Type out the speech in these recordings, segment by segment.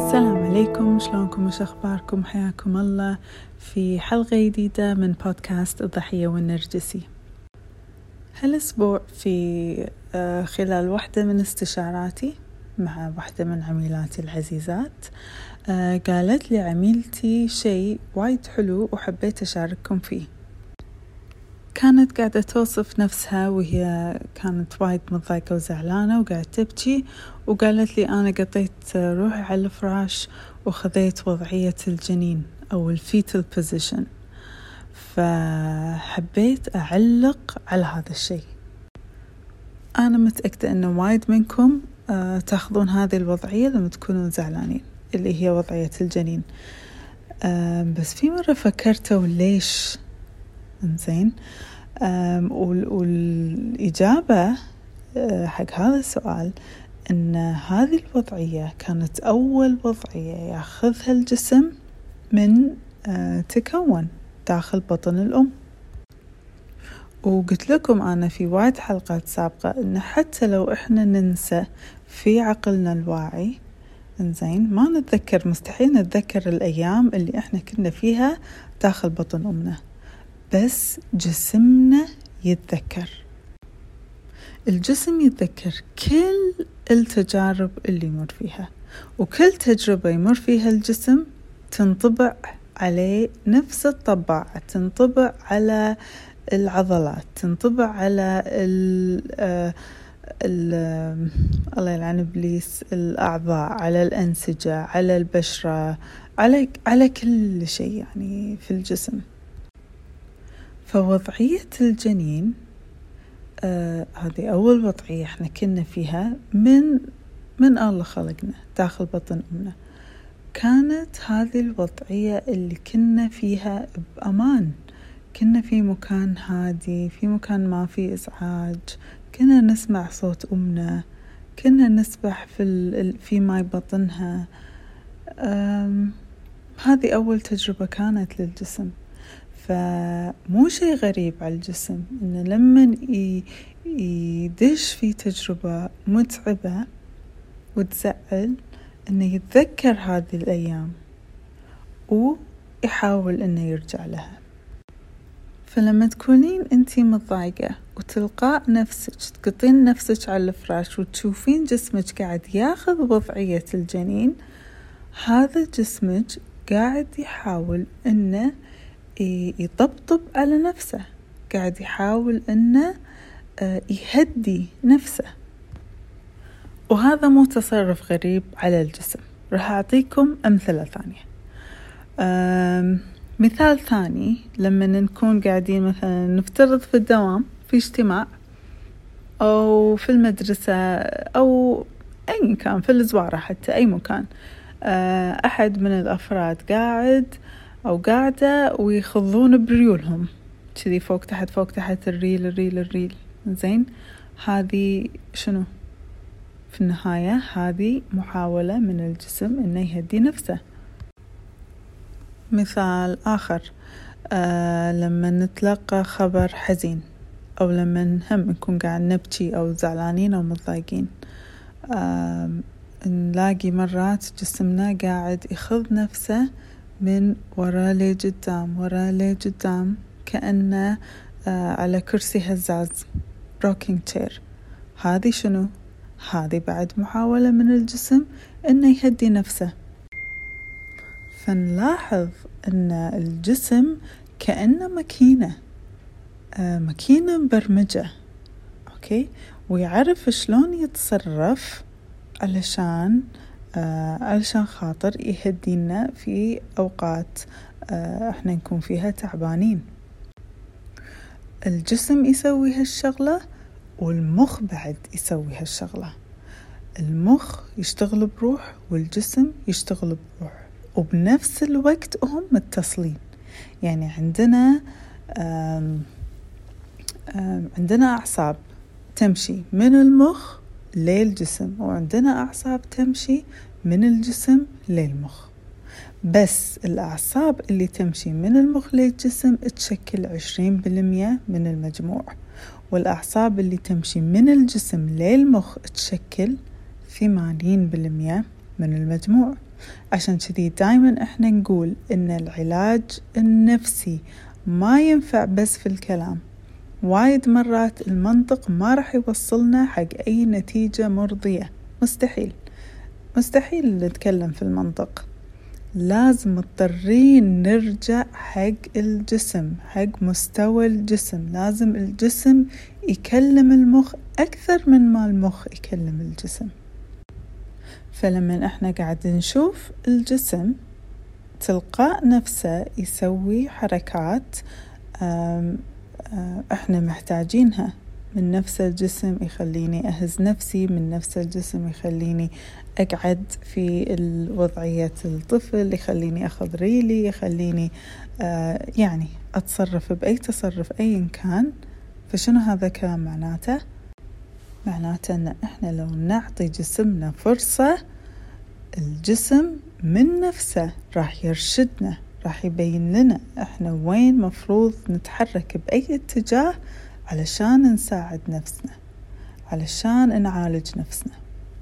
السلام عليكم، شلونكم وش أخباركم؟ حياكم الله في حلقة جديدة من بودكاست الضحية والنرجسي. هالأسبوع في خلال واحدة من استشاراتي مع واحدة من عميلاتي العزيزات قالت لي عميلتي شيء وايد حلو وحبيت أشارككم فيه. كانت قاعدة توصف نفسها وهي كانت وايد مضايقة وزعلانة وقاعدة تبكي، وقالت لي أنا قطيت روحي على الفراش وخذيت وضعية الجنين أو الفيتال بوزيشن. فحبيت أعلق على هذا الشيء. أنا متأكدة أنه وايد منكم تاخذون هذه الوضعية لما تكونوا زعلانين، اللي هي وضعية الجنين. بس في مرة فكرت وليش إنزين، والإجابة حق هذا السؤال إن هذه الوضعية كانت أول وضعية يأخذها الجسم من تكون داخل بطن الأم. وقلت لكم أنا في وايد حلقات سابقة إن حتى لو إحنا ننسى في عقلنا الواعي إنزين ما نتذكر، مستحيل نتذكر الأيام اللي إحنا كنا فيها داخل بطن أمنا، بس جسمنا يتذكر. الجسم يتذكر كل التجارب اللي يمر فيها، وكل تجربة يمر فيها الجسم تنطبع عليه نفس الطباعة، تنطبع على العضلات، تنطبع على الله يلعن إبليس، الأعضاء، على الأنسجة، على البشرة، على كل شيء يعني في الجسم. فوضعية الجنين هذه أول وضعية احنا كنا فيها من الله خلقنا داخل بطن أمنا. كانت هذه الوضعية اللي كنا فيها بأمان، كنا في مكان هادي، في مكان ما فيه إزعاج، كنا نسمع صوت أمنا، كنا نسبح في ماء بطنها. هذه أول تجربة كانت للجسم. فمو شيء غريب على الجسم إنه لما يدش في تجربة متعبة وتزعل إنه يتذكر هذه الأيام ويحاول إنه يرجع لها. فلما تكونين أنتي متضايقة وتلقاء نفسك تقطين نفسك على الفراش وتشوفين جسمك قاعد ياخذ وضعية الجنين، هذا جسمك قاعد يحاول إنه يطبطب على نفسه، قاعد يحاول إنه يهدي نفسه. وهذا مو تصرف غريب على الجسم. راح أعطيكم أمثلة ثانية. مثال ثاني، لما نكون قاعدين مثلا نفترض في الدوام في اجتماع أو في المدرسة أو أي مكان، في الزوارة حتى أي مكان، أحد من الأفراد قاعد أو قاعدة ويخضون بريولهم كذي فوق تحت فوق تحت، الريل زين. هذه شنو؟ في النهاية هذه محاولة من الجسم إنه يهدي نفسه. مثال آخر، لما نتلقى خبر حزين أو لما هم نكون قاعد نبكي أو زعلانين أو متضايقين، نلاقي مرات جسمنا قاعد يخض نفسه من وراء لقدام كأنه على كرسي هزاز rocking chair. هذه شنو؟ هذه بعد محاولة من الجسم إنه يهدي نفسه. فنلاحظ أن الجسم كأنه ماكينة مبرمجة، أوكي، ويعرف شلون يتصرف علشان خاطر يهدينا في أوقات احنا نكون فيها تعبانين. الجسم يسوي هالشغلة والمخ بعد يسوي هالشغلة. المخ يشتغل بروح والجسم يشتغل بروح، وبنفس الوقت هم متصلين. يعني عندنا أعصاب تمشي من المخ للجسم، وعندنا أعصاب تمشي من الجسم للمخ. بس الأعصاب اللي تمشي من المخ للجسم تشكل 20% من المجموع، والأعصاب اللي تمشي من الجسم للمخ تشكل 80% من المجموع. عشان كذي دايما احنا نقول ان العلاج النفسي ما ينفع بس في الكلام. وايد مرات المنطق ما راح يوصلنا حق أي نتيجة مرضية، مستحيل نتكلم في المنطق. لازم مضطرين نرجع حق الجسم، حق مستوى الجسم. لازم الجسم يكلم المخ أكثر من ما المخ يكلم الجسم. فلما احنا قاعد نشوف الجسم تلقاء نفسه يسوي حركات احنا محتاجينها. من نفس الجسم يخليني أهز نفسي، من نفس الجسم يخليني أقعد في وضعية الطفل، يخليني أخذ ريلي، يخليني يعني أتصرف بأي تصرف أيا كان. فشنو هذا الكلام معناته؟ معناته أن إحنا لو نعطي جسمنا فرصة، الجسم من نفسه راح يرشدنا، راح يبين لنا إحنا وين مفروض نتحرك بأي اتجاه علشان نساعد نفسنا، علشان نعالج نفسنا.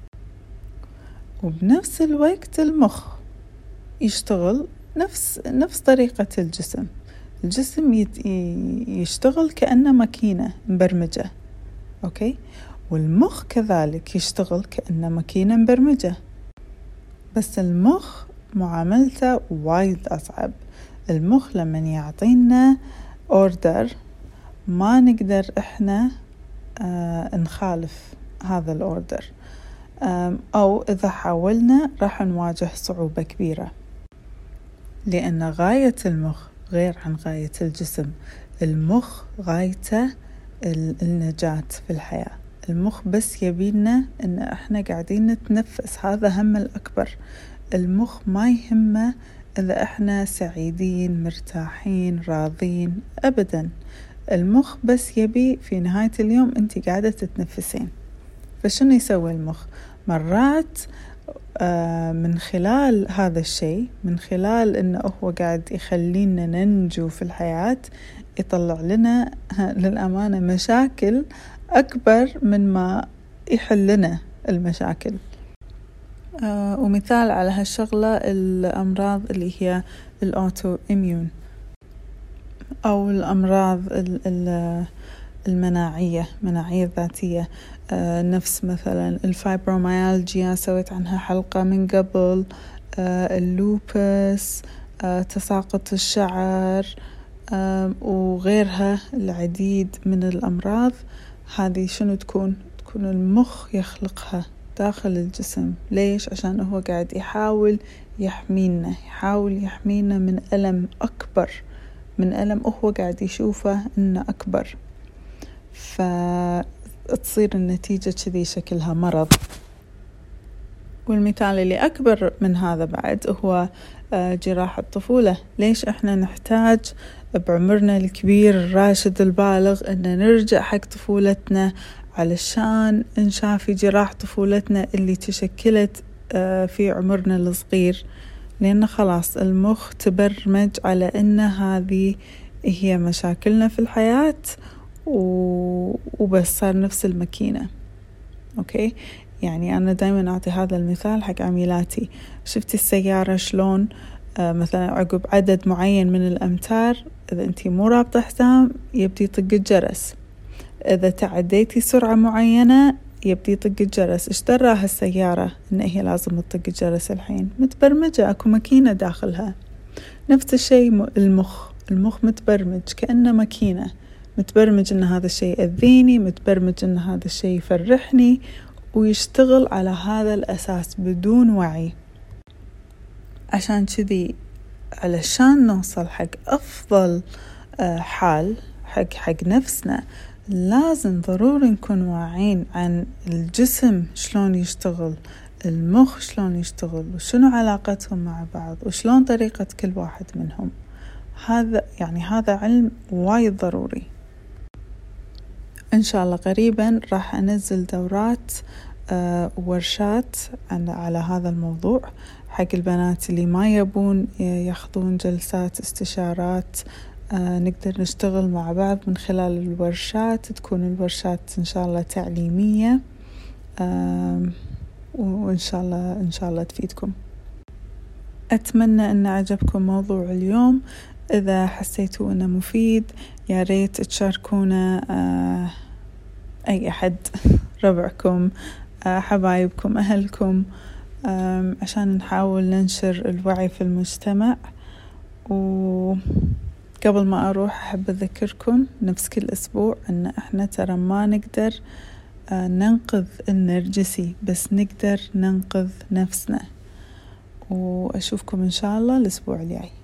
وبنفس الوقت المخ يشتغل نفس طريقة الجسم. الجسم يشتغل كأنه ماكينة مبرمجة، أوكي؟ والمخ كذلك يشتغل كأنه ماكينة مبرمجة، بس المخ معاملته وايد أصعب. المخ لما يعطينا أوردر ما نقدر إحنا نخالف هذا الأوردر، أو إذا حاولنا راح نواجه صعوبة كبيرة، لأن غاية المخ غير عن غاية الجسم. المخ غايته النجاة في الحياة. المخ بس يبينا إن إحنا قاعدين نتنفس، هذا هم الأكبر. المخ ما يهمه إذا إحنا سعيدين مرتاحين راضين أبدا. المخ بس يبي في نهاية اليوم أنت قاعدة تتنفسين. فشنو يسوي المخ؟ مرات من خلال هذا الشيء، من خلال إنه هو قاعد يخلينا ننجو في الحياة، يطلع لنا للأمانة مشاكل أكبر من ما يحلنا المشاكل. ومثال على هالشغلة الأمراض اللي هي الأوتو إميون، أو الأمراض المناعية الذاتية، نفس مثلا الفايبروميالجيا، سويت عنها حلقة من قبل، اللوبس، تساقط الشعر، وغيرها العديد من الأمراض. هذه شنو تكون المخ يخلقها داخل الجسم. ليش؟ عشان هو قاعد يحاول يحمينا من ألم أكبر، من ألم هو قاعد يشوفه إنه أكبر. فتصير النتيجة كذي شكلها مرض. والمثال اللي أكبر من هذا بعد هو جراحة الطفولة. ليش إحنا نحتاج بعمرنا الكبير الراشد البالغ أن نرجع حق طفولتنا علشان نشافي جراح طفولتنا اللي تشكلت في عمرنا الصغير؟ لأن خلاص المخ تبرمج على أن هذه هي مشاكلنا في الحياة، وبس صار نفس الماكينة. أوكي، يعني أنا دايما أعطي هذا المثال حق عميلاتي. شفتي السيارة شلون مثلا عقب عدد معين من الأمتار، إذا أنتي مو رابطة حزام يبدي يطق الجرس، إذا تعديتي سرعة معينة يبدي يطق الجرس. إيش دراها السيارة إن هي لازم تطق الجرس الحين؟ متبرمجة، أكو ماكينة داخلها. نفس الشيء المخ متبرمج كأنه ماكينة، متبرمج إن هذا الشيء يأذيني، متبرمج إن هذا الشيء يفرحني، ويشتغل على هذا الأساس بدون وعي. عشان كذي علشان نوصل حق أفضل حال حق نفسنا، لازم ضروري نكون واعين عن الجسم شلون يشتغل، المخ شلون يشتغل، وشنو علاقتهم مع بعض، وشلون طريقة كل واحد منهم. هذا علم وايد ضروري. إن شاء الله قريبا راح أنزل دورات وورشات على هذا الموضوع حق البنات اللي ما يبون ياخذون جلسات استشارات. نقدر نشتغل مع بعض من خلال الورشات. تكون الورشات إن شاء الله تعليمية، وإن شاء الله تفيدكم. أتمنى أن عجبكم موضوع اليوم. إذا حسيتوا أنه مفيد يا ريت تشاركونا أي أحد، ربعكم، حبايبكم، أهلكم، عشان نحاول ننشر الوعي في المجتمع. وقبل ما أروح أحب أذكركم نفس كل أسبوع أن إحنا ترى ما نقدر ننقذ النرجسي، بس نقدر ننقذ نفسنا. وأشوفكم إن شاء الله الأسبوع الجاي.